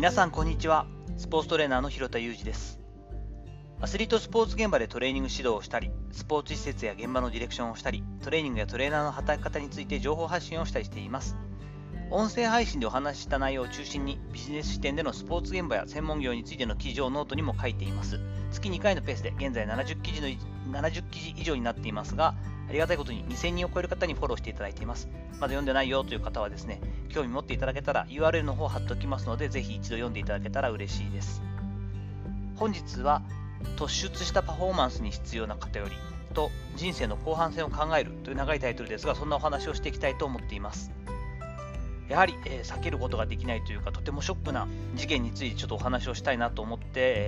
皆さんこんにちは。スポーツトレーナーの広田裕二です。アスリートスポーツ現場でトレーニング指導をしたり、スポーツ施設や現場のディレクションをしたり、トレーニングやトレーナーの働き方について情報発信をしたりしています。音声配信でお話しした内容を中心にビジネス視点でのスポーツ現場や専門業についての記事をノートにも書いています。月2回のペースで現在70記事以上になっていますが、ありがたいことに2000人を超える方にフォローしていただいています。まだ読んでないよという方はですね、興味持っていただけたら URL の方を貼っておきますので、ぜひ一度読んでいただけたら嬉しいです。本日は突出したパフォーマンスに必要な偏りと人生の後半戦を考えるという長いタイトルですが、そんなお話をしていきたいと思っています。やはり、避けることができないというか、とてもショックな事件についてちょっとお話をしたいなと思って、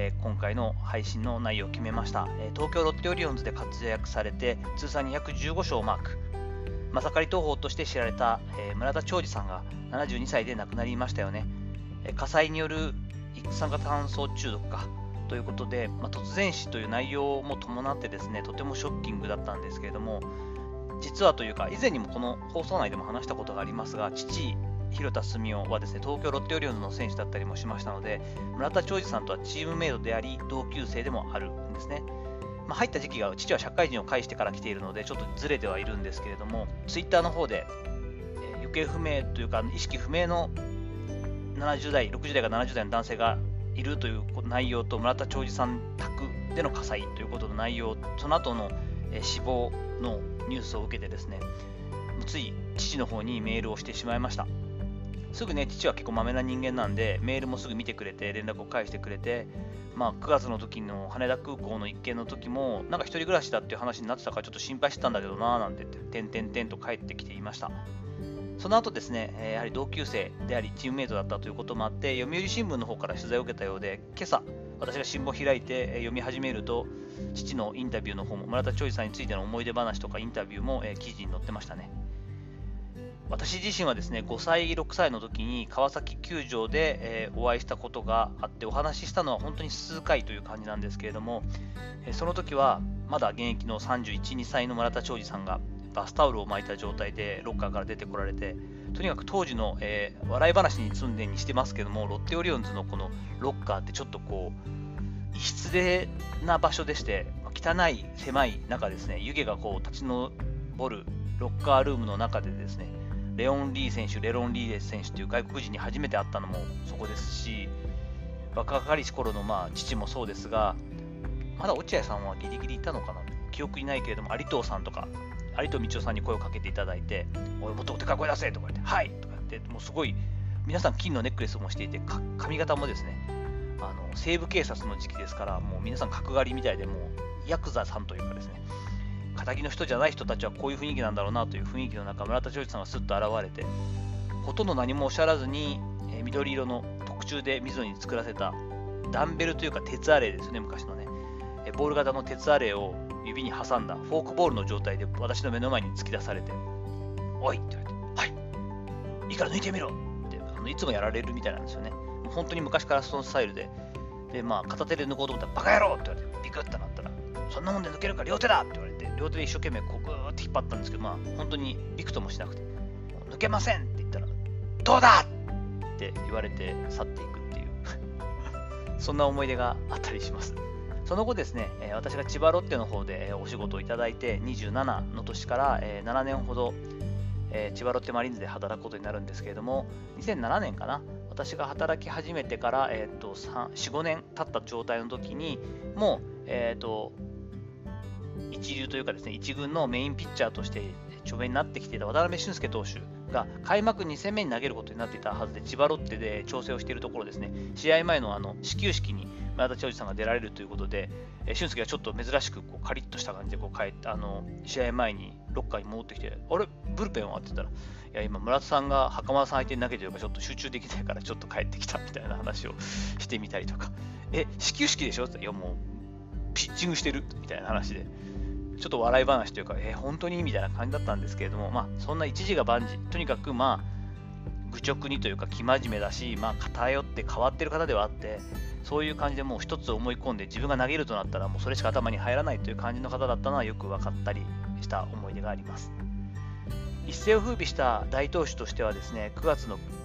今回の配信の内容を決めました。東京ロッテオリオンズで活躍されて通算215勝をマーク、マサカリ投法として知られた、村田兆治さんが72歳で亡くなりましたよね。火災による一酸化炭素中毒かということで、突然死という内容も伴ってですね、とてもショッキングだったんですけれども、実はというか以前にもこの放送内でも話したことがありますが、父広田澄夫はですね、東京ロッテオリオンズの選手だったりもしましたので、村田兆治さんとはチームメイトであり同級生でもあるんですね。入った時期が父は社会人を介してから来ているのでちょっとずれてはいるんですけれども、ツイッターの方で、行方不明というか意識不明の70代60代から70代の男性がいるという内容と、村田兆治さん宅での火災ということの内容、その後の死亡のニュースを受けてですね、つい父の方にメールをしてしまいました。すぐね、父は結構まめな人間なんで、メールもすぐ見てくれて連絡を返してくれて、9月の時の羽田空港の一件の時も、なんか一人暮らしだっていう話になってたからちょっと心配してたんだけどなーなんて言って、と帰ってきていました。その後ですね、やはり同級生でありチームメイトだったということもあって、読売新聞の方から取材を受けたようで、今朝私が新聞を開いて読み始めると、父のインタビューの方も村田兆治さんについての思い出話とかインタビューも記事に載ってましたね。私自身はですね、5歳、6歳の時に川崎球場でお会いしたことがあって、お話ししたのは本当に数回という感じなんですけれども、その時はまだ現役の31、2歳の村田兆治さんがバスタオルを巻いた状態でロッカーから出てこられて、とにかく当時の、笑い話に積んでにしてますけども、ロッテオリオンズのこのロッカーってちょっとこう異質な場所でして、汚い狭い中ですね、湯気がこう立ち上るロッカールームの中でですね、レロン・リー選手という外国人に初めて会ったのもそこですし、若かりし頃の父もそうですが、まだ落合さんはギリギリいたのかな、記憶いないけれども、有藤さんとか有藤道夫さんに声をかけていただいて、おいもっとでかい声出せとか言って、はいとか言って、もうすごい皆さん金のネックレスもしていて、髪型もですね、西部警察の時期ですから、もう皆さん角刈りみたいで、もうヤクザさんというかですね、仇の人じゃない人たちはこういう雰囲気なんだろうなという雰囲気の中、村田兆治さんがスッと現れて、ほとんど何もおっしゃらずに、緑色の特注で水野に作らせたダンベルというか鉄アレイですね、昔のね、ボール型の鉄アレイを指に挟んだフォークボールの状態で私の目の前に突き出されて、おいって言われて、はい、いいから抜いてみろっていつもやられるみたいなんですよね。もう本当に昔からそのスタイルで、片手で抜こうと思ったら、バカ野郎って言われて、ビクッとなったら、そんなもんで抜けるか両手だって言われて、両手で一生懸命こうグーって引っ張ったんですけど、本当にびくともしなくて、抜けませんって言ったら、どうだって言われて去っていくっていうそんな思い出があったりします。その後ですね、私が千葉ロッテの方でお仕事をいただいて、27の年から7年ほど千葉ロッテマリーンズで働くことになるんですけれども、2007年かな、私が働き始めてから4、5年経った状態の時に、もう一流というかですね、一軍のメインピッチャーとして著名になってきていた渡辺俊介投手が開幕2戦目に投げることになっていたはずで、千葉ロッテで調整をしているところですね、試合前の始球式に村田兆治さんが出られるということで、俊介がちょっと珍しくこうカリッとした感じでこう帰って試合前にロッカーに戻ってきて、あれブルペンはって言ったら、いや今村田さんが袴田さん相手に投げてるからちょっと集中できないからちょっと帰ってきたみたいな話をしてみたりとか、始球式でしょって言ったら、いやもうピッチングしてるみたいな話で、ちょっと笑い話というか、本当にみたいな感じだったんですけれども、そんな一時が万事、とにかく愚直にというか生真面目だし、偏って変わってる方ではあって、そういう感じでもう一つ思い込んで自分が投げるとなったらもうそれしか頭に入らないという感じの方だったのはよく分かったりした思い出があります。一世を風靡した大投手としてはですね、9月の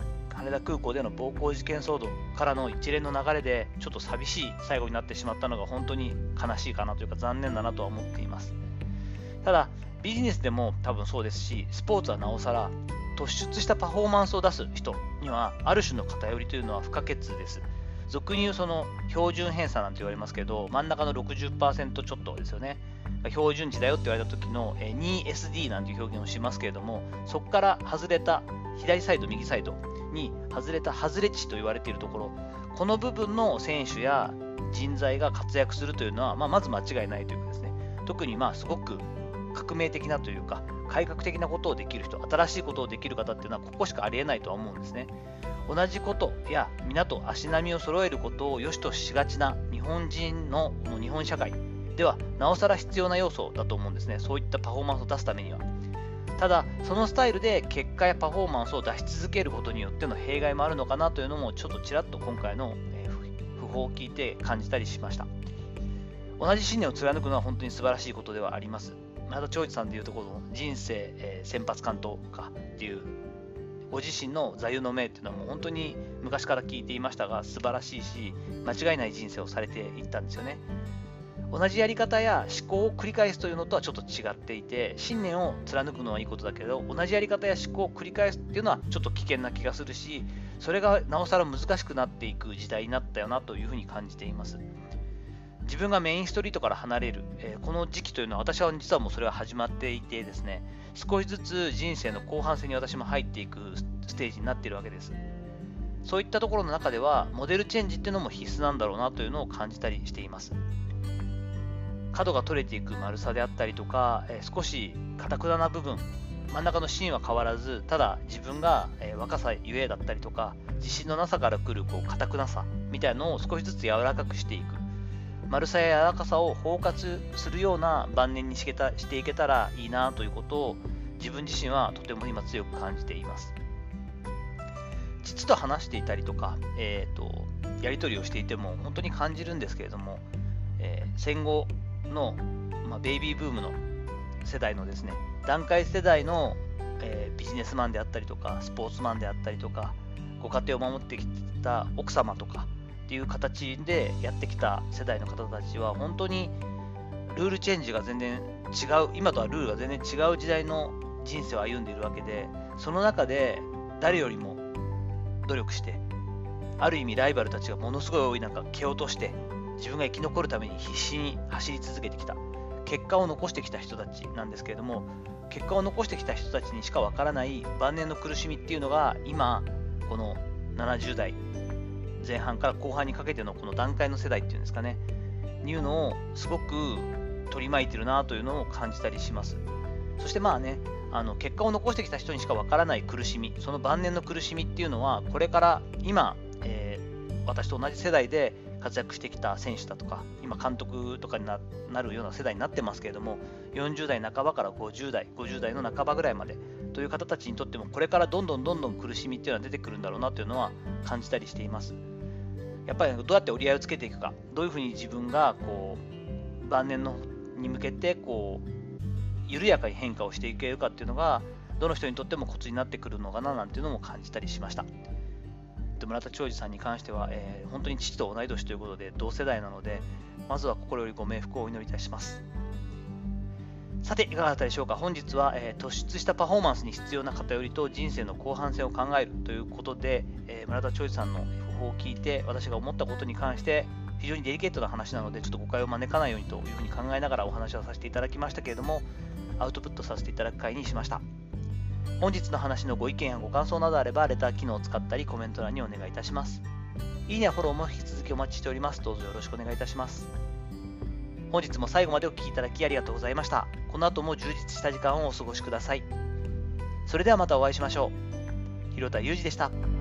羽田空港での暴行事件騒動からの一連の流れでちょっと寂しい最後になってしまったのが本当に悲しいかなというか残念だなとは思っています。ただビジネスでも多分そうですし、スポーツはなおさら突出したパフォーマンスを出す人にはある種の偏りというのは不可欠です。俗に言うその標準偏差なんて言われますけど、真ん中の 60% ちょっとですよね。標準値だよって言われた時の 2SD なんていう表現をしますけれども、そこから外れた左サイド右サイドに外れた外れ値と言われているところ、この部分の選手や人材が活躍するというのは、まず間違いないというかですね、特にすごく革命的なというか改革的なことをできる人、新しいことをできる方っていうのはここしかありえないとは思うんですね。同じことや皆と足並みを揃えることを良しとしがちな日本人の日本社会ではなおさら必要な要素だと思うんですね。そういったパフォーマンスを出すためには。ただそのスタイルで結果やパフォーマンスを出し続けることによっての弊害もあるのかなというのもちょっとちらっと今回の訃報を聞いて感じたりしました。同じ信念を貫くのは本当に素晴らしいことではあります。村田兆治さんでいうところの人生、先発完投かっていうご自身の座右の銘っていうのはもう本当に昔から聞いていましたが、素晴らしいし間違いない人生をされていったんですよね。同じやり方や思考を繰り返すというのとはちょっと違っていて、信念を貫くのはいいことだけど、同じやり方や思考を繰り返すっていうのはちょっと危険な気がするし、それがなおさら難しくなっていく時代になったよなというふうに感じています。自分がメインストリートから離れる、この時期というのは私は実はもうそれは始まっていてですね、少しずつ人生の後半戦に私も入っていくステージになっているわけです。そういったところの中ではモデルチェンジっていうのも必須なんだろうなというのを感じたりしています。角が取れていく丸さであったりとか、少し堅くな部分、真ん中の芯は変わらず、ただ自分が若さゆえだったりとか自信のなさから来る堅くなさみたいなのを少しずつ柔らかくしていく、丸さや柔らかさを包括するような晩年にしていけたらいいなということを自分自身はとても今強く感じています。父と話していたりとか、やり取りをしていても本当に感じるんですけれども、戦後の、ベイビーブームの世代のですね、団塊世代の、ビジネスマンであったりとかスポーツマンであったりとかご家庭を守ってきた奥様とかっていう形でやってきた世代の方たちは本当にルールチェンジが全然違う、今とはルールが全然違う時代の人生を歩んでいるわけで、その中で誰よりも努力して、ある意味ライバルたちがものすごい多い中蹴落として自分が生き残るために必死に走り続けてきた、結果を残してきた人たちなんですけれども、結果を残してきた人たちにしかわからない晩年の苦しみっていうのが今この70代前半から後半にかけてのこの段階の世代っていうんですかね、いうのをすごく取り巻いてるなというのを感じたりします。そして結果を残してきた人にしかわからない苦しみ、その晩年の苦しみっていうのはこれから今、私と同じ世代で活躍してきた選手だとか今監督とかになるような世代になってますけれども、40代半ばから50代の半ばぐらいまでという方たちにとってもこれからどんどん苦しみっていうのは出てくるんだろうなというのは感じたりしています。やっぱりどうやって折り合いをつけていくか、どういうふうに自分が晩年に向けて緩やかに変化をしていけるかっていうのがどの人にとってもコツになってくるのかななんていうのも感じたりしました。村田兆治さんに関しては、本当に父と同い年ということで同世代なので、まずは心よりご冥福をお祈りいたします。さていかがだったでしょうか。本日は、突出したパフォーマンスに必要な偏りと人生の後半戦を考えるということで、村田兆治さんの訃報を聞いて私が思ったことに関して非常にデリケートな話なのでちょっと誤解を招かないようにというふうに考えながらお話をさせていただきましたけれども、アウトプットさせていただく回にしました。本日の話のご意見やご感想などあればレター機能を使ったりコメント欄にお願いいたします。いいねやフォローも引き続きお待ちしております。どうぞよろしくお願いいたします。本日も最後までお聞きいただきありがとうございました。この後も充実した時間をお過ごしください。それではまたお会いしましょう。広田裕二でした。